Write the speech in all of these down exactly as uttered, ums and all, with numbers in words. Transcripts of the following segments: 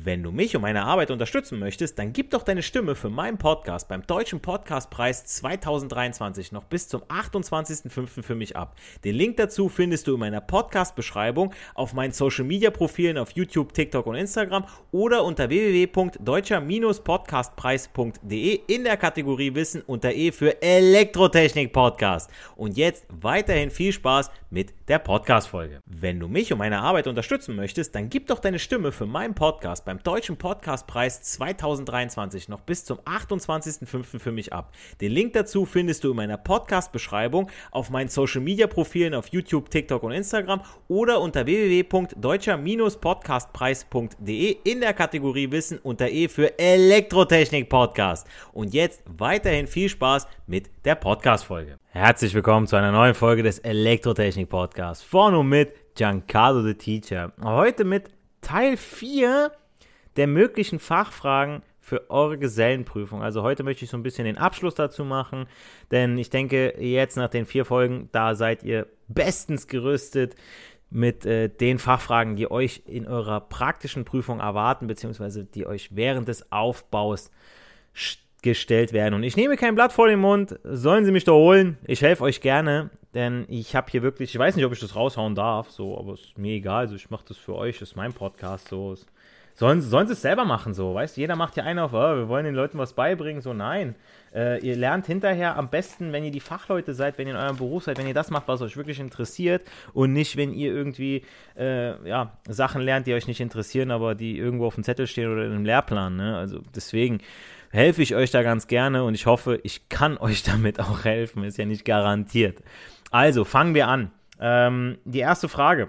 Wenn du mich und meine Arbeit unterstützen möchtest, dann gib doch deine Stimme für meinen Podcast beim Deutschen Podcastpreis zwanzig dreiundzwanzig noch bis zum achtundzwanzigsten fünften für mich ab. Den Link dazu findest du in meiner Podcast-Beschreibung, auf meinen Social-Media-Profilen auf YouTube, TikTok und Instagram oder unter w w w punkt deutscher podcastpreis punkt d e in der Kategorie Wissen unter E für Elektrotechnik-Podcast. Und jetzt weiterhin viel Spaß mit der Podcast-Folge. Wenn du mich und meine Arbeit unterstützen möchtest, dann gib doch deine Stimme für meinen Podcast beim Deutschen Podcastpreis zwanzig dreiundzwanzig noch bis zum achtundzwanzigsten fünften für mich ab. Den Link dazu findest du in meiner Podcast-Beschreibung, auf meinen Social-Media-Profilen auf YouTube, TikTok und Instagram oder unter w w w punkt deutscher podcastpreis punkt d e in der Kategorie Wissen unter E für Elektrotechnik-Podcast. Und jetzt weiterhin viel Spaß mit der Podcast-Folge. Herzlich willkommen zu einer neuen Folge des Elektrotechnik-Podcasts von und mit Giancarlo the Teacher. Heute mit Teil vier der möglichen Fachfragen für eure Gesellenprüfung. Also heute möchte ich so ein bisschen den Abschluss dazu machen, denn ich denke, jetzt nach den vier Folgen, da seid ihr bestens gerüstet mit äh, den Fachfragen, die euch in eurer praktischen Prüfung erwarten, beziehungsweise die euch während des Aufbaus st- gestellt werden. Und ich nehme kein Blatt vor den Mund, sollen sie mich da holen, ich helfe euch gerne, denn ich habe hier wirklich, ich weiß nicht, ob ich das raushauen darf, so, aber es ist mir egal, also ich mache das für euch, das ist mein Podcast, so, es, sollen, sollen sie es selber machen, so, weißt du, jeder macht ja einen auf, oh, wir wollen den Leuten was beibringen, so, nein, äh, ihr lernt hinterher am besten, wenn ihr die Fachleute seid, wenn ihr in eurem Beruf seid, wenn ihr das macht, was euch wirklich interessiert und nicht, wenn ihr irgendwie, äh, ja, Sachen lernt, die euch nicht interessieren, aber die irgendwo auf dem Zettel stehen oder in einem Lehrplan, ne, also deswegen helfe ich euch da ganz gerne und ich hoffe, ich kann euch damit auch helfen, ist ja nicht garantiert. Also, fangen wir an. Ähm, die erste Frage.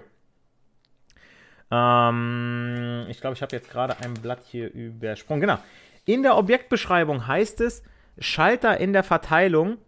Ähm, ich glaube, ich habe jetzt gerade ein Blatt hier übersprungen. Genau. In der Objektbeschreibung heißt es, Schalter in der Verteilung,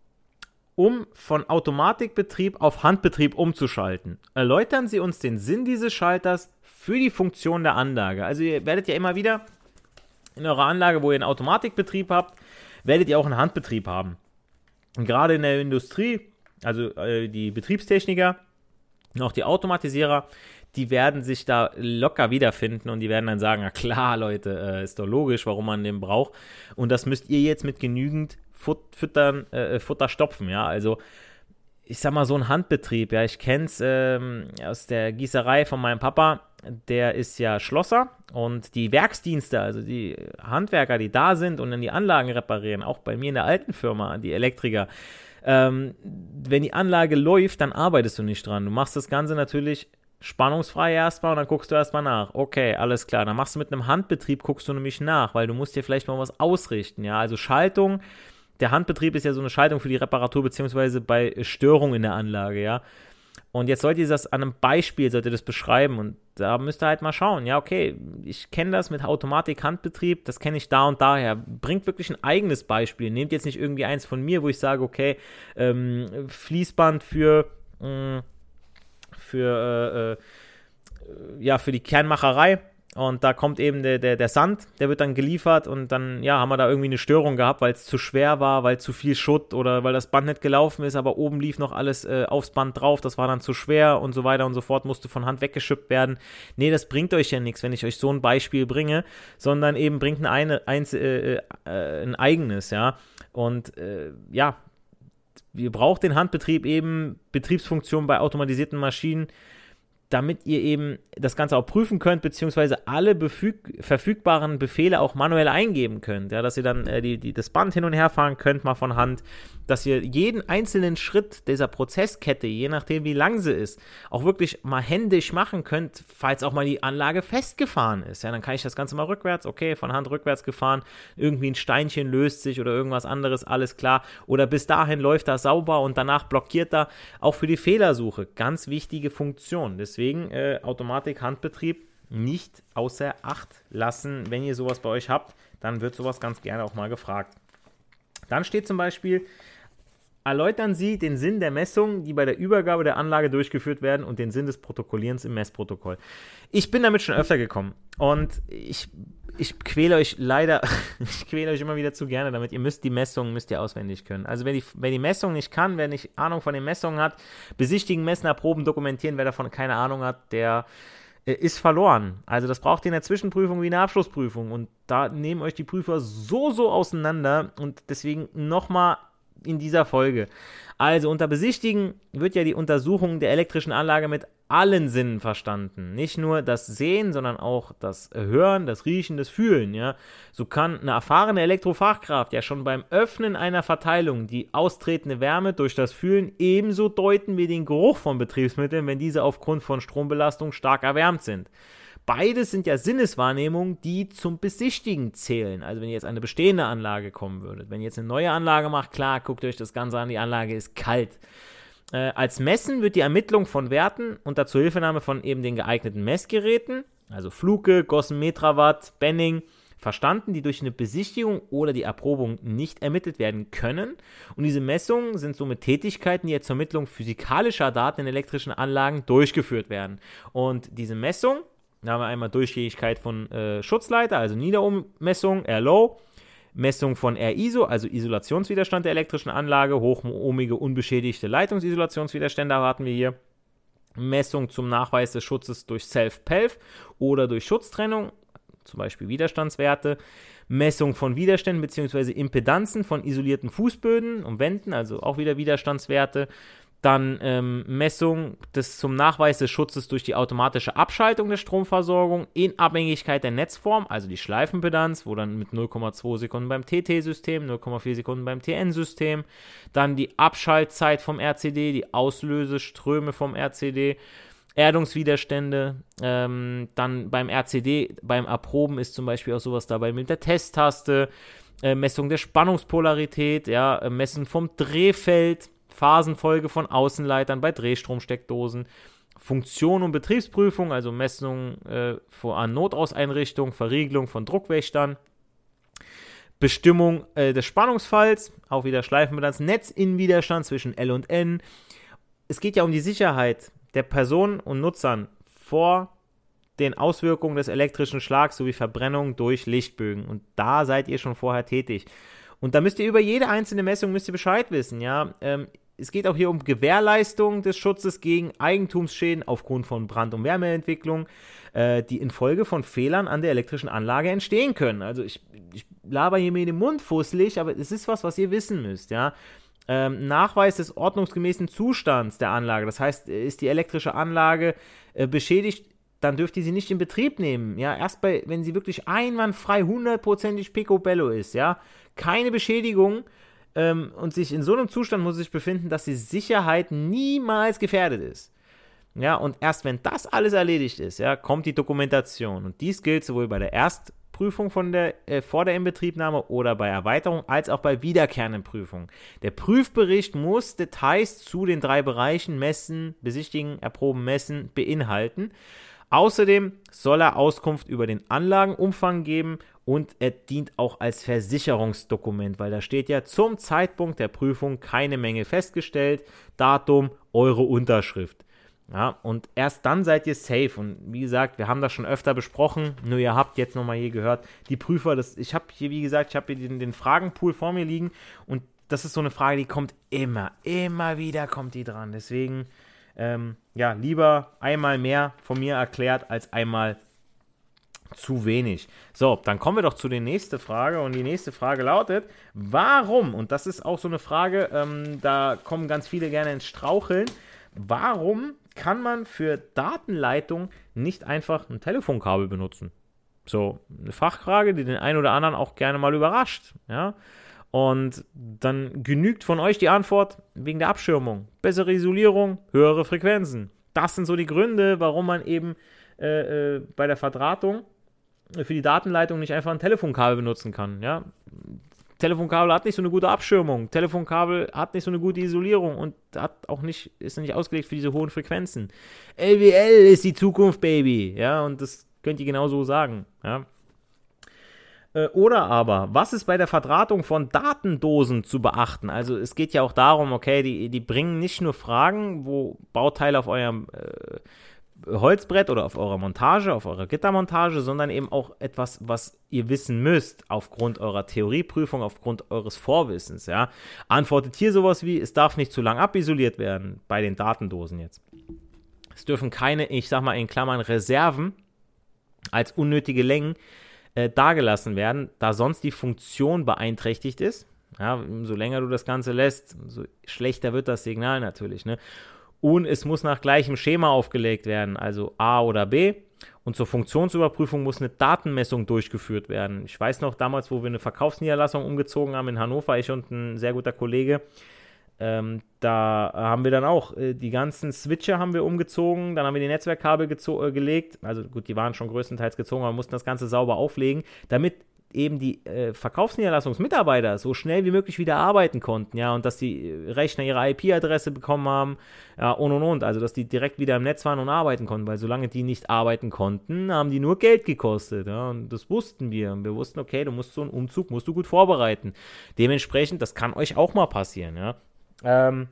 um von Automatikbetrieb auf Handbetrieb umzuschalten. Erläutern Sie uns den Sinn dieses Schalters für die Funktion der Anlage. Also, ihr werdet ja immer wieder in eurer Anlage, wo ihr einen Automatikbetrieb habt, werdet ihr auch einen Handbetrieb haben. Und gerade in der Industrie, also äh, die Betriebstechniker und auch die Automatisierer, die werden sich da locker wiederfinden und die werden dann sagen, na klar, Leute, äh, ist doch logisch, warum man den braucht. Und das müsst ihr jetzt mit genügend Fut- Füttern, äh, Futter stopfen, ja, also ich sag mal, so ein Handbetrieb, ja, ich kenn's ähm, aus der Gießerei von meinem Papa, der ist ja Schlosser und die Werksdienste, also die Handwerker, die da sind und dann die Anlagen reparieren, auch bei mir in der alten Firma, die Elektriker, ähm, wenn die Anlage läuft, dann arbeitest du nicht dran. Du machst das Ganze natürlich spannungsfrei erstmal und dann guckst du erstmal nach. Okay, alles klar. Dann machst du mit einem Handbetrieb, guckst du nämlich nach, weil du musst dir vielleicht mal was ausrichten, ja, also Schaltung. Der Handbetrieb ist ja so eine Schaltung für die Reparatur beziehungsweise bei Störung in der Anlage, ja. Und jetzt sollt ihr das an einem Beispiel, sollt ihr das beschreiben und da müsst ihr halt mal schauen, ja, okay, ich kenne das mit Automatik-Handbetrieb, das kenne ich da und daher. Bringt wirklich ein eigenes Beispiel. Nehmt jetzt nicht irgendwie eins von mir, wo ich sage, okay, ähm, Fließband für, mh, für, äh, äh, ja, für die Kernmacherei. Und da kommt eben der, der, der Sand, der wird dann geliefert und dann, ja, haben wir da irgendwie eine Störung gehabt, weil es zu schwer war, weil zu viel Schutt oder weil das Band nicht gelaufen ist, aber oben lief noch alles äh, aufs Band drauf, das war dann zu schwer und so weiter und so fort, musste von Hand weggeschippt werden. Nee, das bringt euch ja nichts, wenn ich euch so ein Beispiel bringe, sondern eben bringt ein, eine, eins, äh, äh, ein eigenes, ja. Und äh, ja, ihr braucht den Handbetrieb eben, Betriebsfunktion bei automatisierten Maschinen, damit ihr eben das Ganze auch prüfen könnt, beziehungsweise alle befüg- verfügbaren Befehle auch manuell eingeben könnt, ja, dass ihr dann äh, die, die, das Band hin und her fahren könnt, mal von Hand, dass ihr jeden einzelnen Schritt dieser Prozesskette, je nachdem wie lang sie ist, auch wirklich mal händisch machen könnt, falls auch mal die Anlage festgefahren ist, ja, dann kann ich das Ganze mal rückwärts, okay, von Hand rückwärts gefahren, irgendwie ein Steinchen löst sich oder irgendwas anderes, alles klar, oder bis dahin läuft das sauber und danach blockiert er auch für die Fehlersuche, ganz wichtige Funktion, deswegen Deswegen äh, Automatik-Handbetrieb nicht außer Acht lassen. Wenn ihr sowas bei euch habt, dann wird sowas ganz gerne auch mal gefragt. Dann steht zum Beispiel, erläutern Sie den Sinn der Messungen, die bei der Übergabe der Anlage durchgeführt werden und den Sinn des Protokollierens im Messprotokoll. Ich bin damit schon öfter gekommen und ich, ich quäle euch leider, ich quäle euch immer wieder zu gerne damit. Ihr müsst die Messungen, müsst ihr auswendig können. Also wer die, wer die Messung nicht kann, wer nicht Ahnung von den Messungen hat, besichtigen, messen, erproben, dokumentieren, wer davon keine Ahnung hat, der äh, ist verloren. Also das braucht ihr in der Zwischenprüfung wie in der Abschlussprüfung. Und da nehmen euch die Prüfer so, so auseinander. Und deswegen nochmal in dieser Folge. Also unter Besichtigen wird ja die Untersuchung der elektrischen Anlage mit allen Sinnen verstanden. Nicht nur das Sehen, sondern auch das Hören, das Riechen, das Fühlen. Ja? So kann eine erfahrene Elektrofachkraft ja schon beim Öffnen einer Verteilung die austretende Wärme durch das Fühlen ebenso deuten wie den Geruch von Betriebsmitteln, wenn diese aufgrund von Strombelastung stark erwärmt sind. Beides sind ja Sinneswahrnehmungen, die zum Besichtigen zählen. Also wenn ihr jetzt eine bestehende Anlage kommen würdet. Wenn ihr jetzt eine neue Anlage macht, klar, guckt euch das Ganze an, die Anlage ist kalt. Äh, als Messen wird die Ermittlung von Werten unter Zuhilfenahme von eben den geeigneten Messgeräten, also Fluke, Gossen, Metrawatt, Benning, verstanden, die durch eine Besichtigung oder die Erprobung nicht ermittelt werden können. Und diese Messungen sind somit Tätigkeiten, die jetzt zur Ermittlung physikalischer Daten in elektrischen Anlagen durchgeführt werden. Und diese Messung, da haben wir einmal Durchgängigkeit von äh, Schutzleiter, also Niederohmmessung, R-Low, Messung von R-I S O, also Isolationswiderstand der elektrischen Anlage, hochohmige unbeschädigte Leitungsisolationswiderstände erwarten wir hier. Messung zum Nachweis des Schutzes durch Self-P E L F oder durch Schutztrennung, zum Beispiel Widerstandswerte. Messung von Widerständen bzw. Impedanzen von isolierten Fußböden und Wänden, also auch wieder Widerstandswerte. Dann ähm, Messung des, zum Nachweis des Schutzes durch die automatische Abschaltung der Stromversorgung in Abhängigkeit der Netzform, also die Schleifenimpedanz, wo dann mit null Komma zwei Sekunden beim T T-System, null Komma vier Sekunden beim T N-System, dann die Abschaltzeit vom R C D, die Auslöseströme vom R C D, Erdungswiderstände, ähm, dann beim R C D, beim Erproben ist zum Beispiel auch sowas dabei mit der Testtaste, äh, Messung der Spannungspolarität, ja, äh, Messen vom Drehfeld, Phasenfolge von Außenleitern bei Drehstromsteckdosen, Funktion und Betriebsprüfung, also Messung äh, an Notauseinrichtungen, Verriegelung von Druckwächtern, Bestimmung äh, des Spannungsfalls, auch wieder Schleifenimpedanz, Netzinnenwiderstand zwischen L und N. Es geht ja um die Sicherheit der Personen und Nutzern vor den Auswirkungen des elektrischen Schlags sowie Verbrennung durch Lichtbögen. Und da seid ihr schon vorher tätig. Und da müsst ihr über jede einzelne Messung müsst ihr Bescheid wissen, ja. Ähm, es geht auch hier um Gewährleistung des Schutzes gegen Eigentumsschäden aufgrund von Brand- und Wärmeentwicklung, äh, die infolge von Fehlern an der elektrischen Anlage entstehen können. Also ich, ich laber hier mir den Mund fusselig, aber es ist was, was ihr wissen müsst, ja. Ähm, Nachweis des ordnungsgemäßen Zustands der Anlage, das heißt, ist die elektrische Anlage äh, beschädigt, dann dürft ihr sie nicht in Betrieb nehmen, ja, erst bei, wenn sie wirklich einwandfrei, hundertprozentig picobello ist, ja, keine Beschädigung ähm, und sich in so einem Zustand muss sich befinden, dass die Sicherheit niemals gefährdet ist. Ja, und erst wenn das alles erledigt ist, ja, kommt die Dokumentation. Und dies gilt sowohl bei der Erstprüfung von der, äh, vor der Inbetriebnahme oder bei Erweiterung, als auch bei wiederkehrenden Prüfungen. Der Prüfbericht muss Details zu den drei Bereichen Messen, Besichtigen, Erproben, Messen beinhalten. Außerdem soll er Auskunft über den Anlagenumfang geben und er dient auch als Versicherungsdokument, weil da steht ja zum Zeitpunkt der Prüfung keine Menge festgestellt, Datum, eure Unterschrift. Ja, und erst dann seid ihr safe. Und wie gesagt, wir haben das schon öfter besprochen, nur ihr habt jetzt nochmal hier gehört, die Prüfer, das, ich habe hier, wie gesagt, ich habe hier den, den Fragenpool vor mir liegen und das ist so eine Frage, die kommt immer, immer wieder kommt die dran. Deswegen Ähm, ja, lieber einmal mehr von mir erklärt, als einmal zu wenig. So, dann kommen wir doch zu der nächsten Frage und die nächste Frage lautet, warum, und das ist auch so eine Frage, ähm, da kommen ganz viele gerne ins Straucheln, warum kann man für Datenleitung nicht einfach ein Telefonkabel benutzen? So, eine Fachfrage, die den einen oder anderen auch gerne mal überrascht, ja. Und dann genügt von euch die Antwort wegen der Abschirmung. Bessere Isolierung, höhere Frequenzen. Das sind so die Gründe, warum man eben äh, äh, bei der Verdrahtung für die Datenleitung nicht einfach ein Telefonkabel benutzen kann. Ja? Telefonkabel hat nicht so eine gute Abschirmung. Telefonkabel hat nicht so eine gute Isolierung und hat auch nicht, ist nicht ausgelegt für diese hohen Frequenzen. L W L ist die Zukunft, Baby. Ja, und das könnt ihr genauso sagen. Ja. Oder aber, was ist bei der Verdrahtung von Datendosen zu beachten? Also es geht ja auch darum, okay, die, die bringen nicht nur Fragen, wo Bauteile auf eurem äh, Holzbrett oder auf eurer Montage, auf eurer Gittermontage, sondern eben auch etwas, was ihr wissen müsst aufgrund eurer Theorieprüfung, aufgrund eures Vorwissens. Ja? Antwortet hier sowas wie, es darf nicht zu lang abisoliert werden bei den Datendosen jetzt. Es dürfen keine, ich sag mal in Klammern, Reserven als unnötige Längen äh, dagelassen werden, da sonst die Funktion beeinträchtigt ist. Ja, umso länger du das Ganze lässt, umso schlechter wird das Signal natürlich, ne? Und es muss nach gleichem Schema aufgelegt werden, also A oder B. Und zur Funktionsüberprüfung muss eine Datenmessung durchgeführt werden. Ich weiß noch, damals, wo wir eine Verkaufsniederlassung umgezogen haben in Hannover, ich und ein sehr guter Kollege, ähm, da haben wir dann auch äh, die ganzen Switcher haben wir umgezogen, dann haben wir die Netzwerkkabel gezo- äh, gelegt, also gut, die waren schon größtenteils gezogen, aber wir mussten das Ganze sauber auflegen, damit eben die äh, Verkaufsniederlassungsmitarbeiter so schnell wie möglich wieder arbeiten konnten, ja, und dass die Rechner ihre I P-Adresse bekommen haben, ja, und und und, also dass die direkt wieder im Netz waren und arbeiten konnten, weil solange die nicht arbeiten konnten, haben die nur Geld gekostet, ja, und das wussten wir, und wir wussten, okay, du musst so einen Umzug, musst du gut vorbereiten, dementsprechend, das kann euch auch mal passieren, ja, ähm,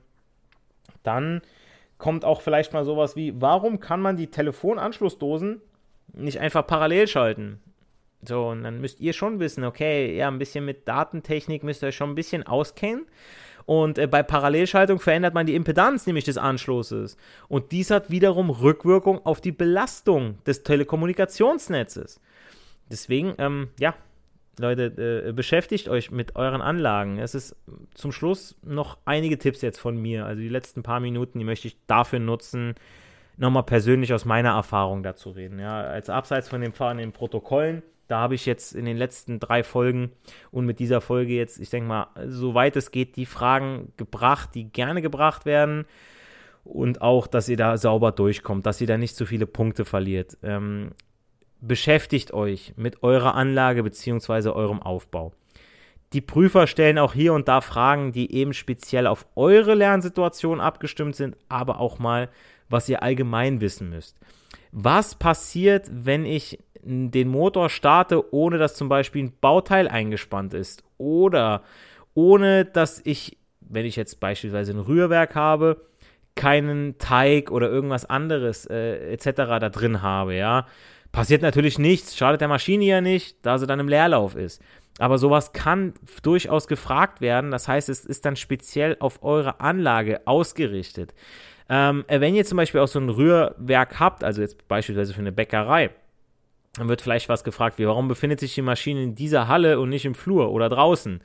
dann kommt auch vielleicht mal sowas wie, warum kann man die Telefonanschlussdosen nicht einfach parallel schalten? So, und dann müsst ihr schon wissen, okay, ja, ein bisschen mit Datentechnik müsst ihr euch schon ein bisschen auskennen. Und äh, bei Parallelschaltung verändert man die Impedanz nämlich des Anschlusses. Und dies hat wiederum Rückwirkung auf die Belastung des Telekommunikationsnetzes. Deswegen, ähm, ja, Leute, äh, beschäftigt euch mit euren Anlagen. Es ist zum Schluss noch einige Tipps jetzt von mir. Also die letzten paar Minuten, die möchte ich dafür nutzen, nochmal persönlich aus meiner Erfahrung dazu reden. Ja, als abseits von dem Fahren in den Protokollen, da habe ich jetzt in den letzten drei Folgen und mit dieser Folge jetzt, ich denke mal, soweit es geht, die Fragen gebracht, die gerne gebracht werden und auch, dass ihr da sauber durchkommt, dass ihr da nicht zu viele Punkte verliert. Ähm, beschäftigt euch mit eurer Anlage bzw. eurem Aufbau. Die Prüfer stellen auch hier und da Fragen, die eben speziell auf eure Lernsituation abgestimmt sind, aber auch mal, was ihr allgemein wissen müsst. Was passiert, wenn ich den Motor starte, ohne dass zum Beispiel ein Bauteil eingespannt ist? Oder ohne, dass ich, wenn ich jetzt beispielsweise ein Rührwerk habe, keinen Teig oder irgendwas anderes äh, et cetera da drin habe, ja? Passiert natürlich nichts, schadet der Maschine ja nicht, da sie dann im Leerlauf ist. Aber sowas kann durchaus gefragt werden, das heißt, es ist dann speziell auf eure Anlage ausgerichtet. Ähm, wenn ihr zum Beispiel auch so ein Rührwerk habt, also jetzt beispielsweise für eine Bäckerei, dann wird vielleicht was gefragt, wie, warum befindet sich die Maschine in dieser Halle und nicht im Flur oder draußen?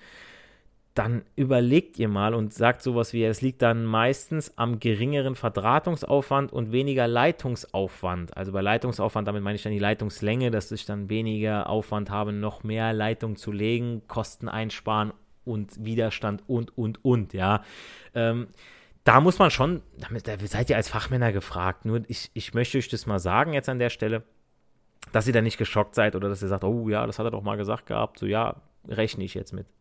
Dann überlegt ihr mal und sagt sowas wie, es liegt dann meistens am geringeren Verdrahtungsaufwand und weniger Leitungsaufwand. Also bei Leitungsaufwand, damit meine ich dann die Leitungslänge, dass ich dann weniger Aufwand habe, noch mehr Leitung zu legen, Kosten einsparen und Widerstand und, und, und, ja. Ähm, da muss man schon, damit, da seid ihr als Fachmänner gefragt, nur ich, ich möchte euch das mal sagen jetzt an der Stelle, dass ihr da nicht geschockt seid oder dass ihr sagt, oh ja, das hat er doch mal gesagt gehabt, so ja, rechne ich jetzt mit.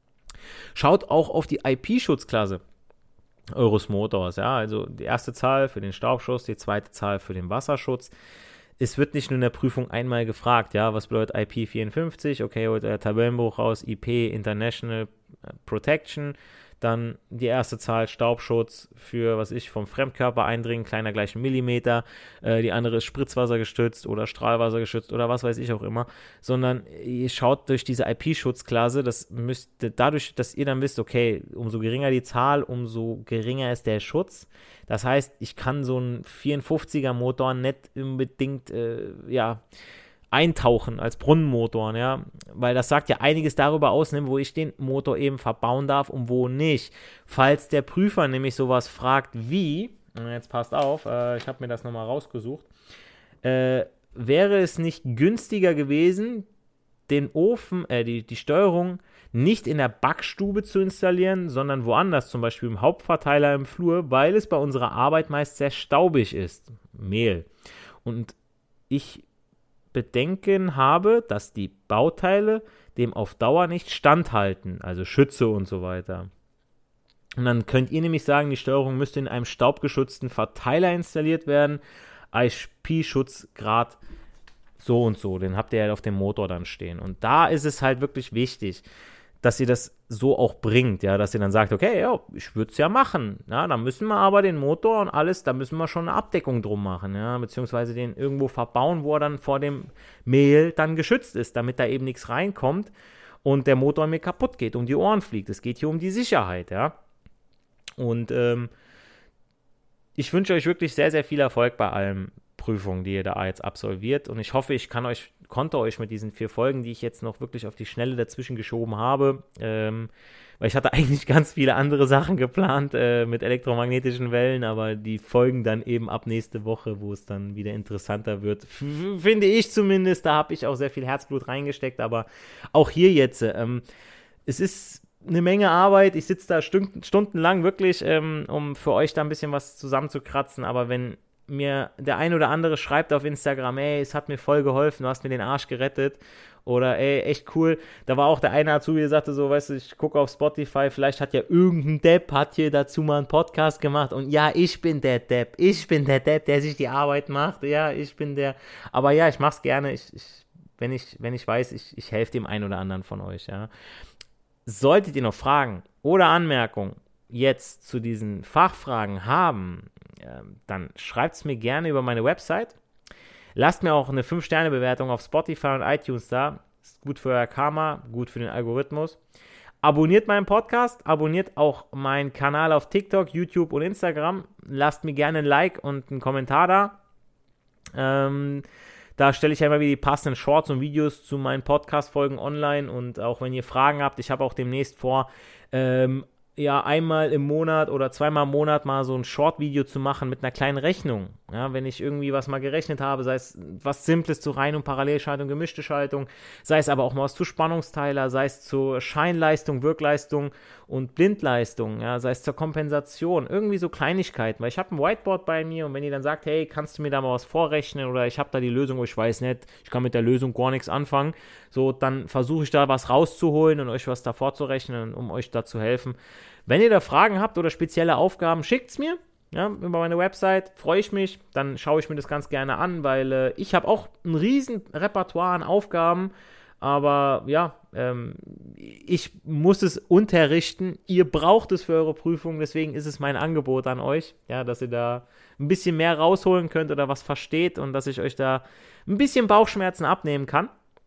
Schaut auch auf die I P-Schutzklasse eures Motors, ja, also die erste Zahl für den Staubschutz, die zweite Zahl für den Wasserschutz. Es wird nicht nur in der Prüfung einmal gefragt, ja, was bedeutet I P vierundfünfzig, okay, holt der Tabellenbuch raus, I P, International Protection, dann die erste Zahl Staubschutz für, was ich, vom Fremdkörper eindringen, kleiner gleich ein Millimeter, äh, die andere ist Spritzwasser gestützt oder Strahlwasser gestützt oder was weiß ich auch immer, sondern ihr schaut durch diese I P-Schutzklasse, das müsst, dadurch, dass ihr dann wisst, okay, umso geringer die Zahl, umso geringer ist der Schutz. Das heißt, ich kann so einen vierundfünfziger Motor nicht unbedingt, äh, ja, eintauchen als Brunnenmotor, ja, weil das sagt ja einiges darüber aus, ne, wo ich den Motor eben verbauen darf und wo nicht. Falls der Prüfer nämlich sowas fragt wie, jetzt passt auf, äh, ich habe mir das nochmal rausgesucht, äh, wäre es nicht günstiger gewesen, den Ofen, äh, die, die Steuerung nicht in der Backstube zu installieren, sondern woanders, zum Beispiel im Hauptverteiler im Flur, weil es bei unserer Arbeit meist sehr staubig ist. Mehl. Und ich Bedenken habe, dass die Bauteile dem auf Dauer nicht standhalten, also Schütze und so weiter. Und dann könnt ihr nämlich sagen, die Steuerung müsste in einem staubgeschützten Verteiler installiert werden, I P-Schutzgrad so und so, den habt ihr ja auf dem Motor dann stehen. Und da ist es halt wirklich wichtig, dass ihr das so auch bringt, ja, dass ihr dann sagt, okay, ja, ich würde es ja machen, ja, dann müssen wir aber den Motor und alles, da müssen wir schon eine Abdeckung drum machen, ja, beziehungsweise den irgendwo verbauen, wo er dann vor dem Mehl dann geschützt ist, damit da eben nichts reinkommt und der Motor mir kaputt geht, um die Ohren fliegt. Es geht hier um die Sicherheit, ja, und ähm, ich wünsche euch wirklich sehr, sehr viel Erfolg bei allen Prüfungen, die ihr da jetzt absolviert. Und ich hoffe, ich kann euch, konnte euch mit diesen vier Folgen, die ich jetzt noch wirklich auf die Schnelle dazwischen geschoben habe, ähm, weil ich hatte eigentlich ganz viele andere Sachen geplant äh, mit elektromagnetischen Wellen, aber die folgen dann eben ab nächste Woche, wo es dann wieder interessanter wird. F- finde ich zumindest, da habe ich auch sehr viel Herzblut reingesteckt, aber auch hier jetzt, ähm, es ist eine Menge Arbeit, ich sitze da stund- stundenlang wirklich, ähm, um für euch da ein bisschen was zusammenzukratzen, aber wenn mir der ein oder andere schreibt auf Instagram, ey, es hat mir voll geholfen, du hast mir den Arsch gerettet, oder ey, echt cool, da war auch der eine Azubi, der sagte so, weißt du, ich gucke auf Spotify, vielleicht hat ja irgendein Depp, hat hier dazu mal einen Podcast gemacht und ja, ich bin der Depp, ich bin der Depp, der sich die Arbeit macht, ja, ich bin der, aber ja, ich mach's gerne, ich, ich, wenn ich, wenn ich weiß, ich, ich helfe dem einen oder anderen von euch, ja. Solltet ihr noch Fragen oder Anmerkungen jetzt zu diesen Fachfragen haben, dann schreibt es mir gerne über meine Website. Lasst mir auch eine fünf Sterne Bewertung auf Spotify und iTunes da. Ist gut für euer Karma, gut für den Algorithmus. Abonniert meinen Podcast, abonniert auch meinen Kanal auf TikTok, YouTube und Instagram. Lasst mir gerne ein Like und einen Kommentar da. Ähm, da stelle ich ja immer wieder die passenden Shorts und Videos zu meinen Podcast-Folgen online. Und auch wenn ihr Fragen habt, ich habe auch demnächst vor, ähm, ja, einmal im Monat oder zweimal im Monat mal so ein Short-Video zu machen mit einer kleinen Rechnung. Ja, wenn ich irgendwie was mal gerechnet habe, sei es was Simples zu Rein- und Parallelschaltung, gemischte Schaltung, sei es aber auch mal was zu Spannungsteiler, sei es zur Scheinleistung, Wirkleistung und Blindleistung, ja, sei es zur Kompensation, irgendwie so Kleinigkeiten, weil ich habe ein Whiteboard bei mir und wenn ihr dann sagt, hey, kannst du mir da mal was vorrechnen oder ich habe da die Lösung, wo ich weiß nicht, ich kann mit der Lösung gar nichts anfangen, so, dann versuche ich da was rauszuholen und euch was da vorzurechnen, um euch da zu helfen. Wenn ihr da Fragen habt oder spezielle Aufgaben, schickt es mir, ja, über meine Website, freue ich mich, dann schaue ich mir das ganz gerne an, weil äh, ich habe auch ein riesen Repertoire an Aufgaben, aber ja, ähm, ich muss es unterrichten, ihr braucht es für eure Prüfung, deswegen ist es mein Angebot an euch, ja, dass ihr da ein bisschen mehr rausholen könnt oder was versteht und dass ich euch da ein bisschen Bauchschmerzen abnehmen kann,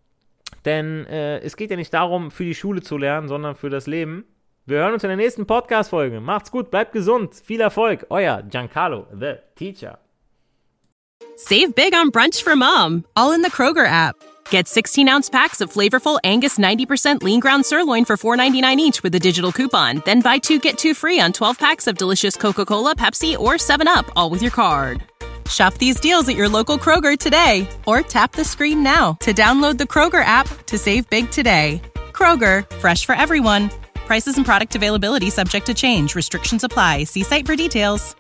denn äh, es geht ja nicht darum, für die Schule zu lernen, sondern für das Leben. Wir hören uns in der nächsten Podcast-Folge. Macht's gut, bleibt gesund. Viel Erfolg. Euer Giancarlo, the Teacher. Save big on brunch for mom, all in the Kroger app. Get sixteen-ounce packs of flavorful Angus ninety percent lean ground sirloin for four ninety-nine each with a digital coupon. Then buy two, get two free on twelve packs of delicious Coca-Cola, Pepsi, or seven up, all with your card. Shop these deals at your local Kroger today, or tap the screen now to download the Kroger app to save big today. Kroger, fresh for everyone. Prices and product availability subject to change. Restrictions apply. See site for details.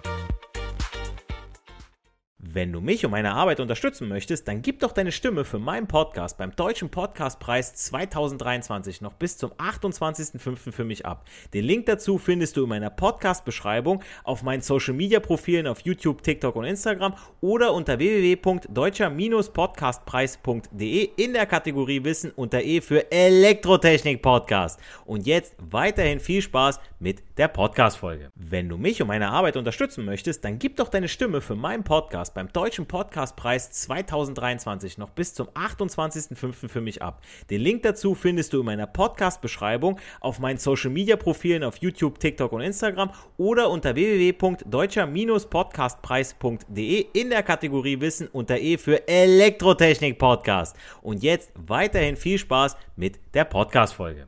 Wenn du mich und meine Arbeit unterstützen möchtest, dann gib doch deine Stimme für meinen Podcast beim Deutschen Podcastpreis zwanzig dreiundzwanzig noch bis zum achtundzwanzigsten fünften für mich ab. Den Link dazu findest du in meiner Podcast-Beschreibung, auf meinen Social-Media-Profilen auf YouTube, TikTok und Instagram oder unter w w w punkt deutscher podcastpreis punkt d e in der Kategorie Wissen unter E für Elektrotechnik-Podcast. Und jetzt weiterhin viel Spaß mit der Podcast-Folge. Wenn du mich und meine Arbeit unterstützen möchtest, dann gib doch deine Stimme für meinen Podcast beim Deutschen Podcastpreis zwanzig dreiundzwanzig noch bis zum achtundzwanzigsten fünften für mich ab. Den Link dazu findest du in meiner Podcast-Beschreibung, auf meinen Social-Media-Profilen auf YouTube, TikTok und Instagram oder unter w w w punkt deutscher podcastpreis punkt d e in der Kategorie Wissen unter E für Elektrotechnik-Podcast. Und jetzt weiterhin viel Spaß mit der Podcast-Folge.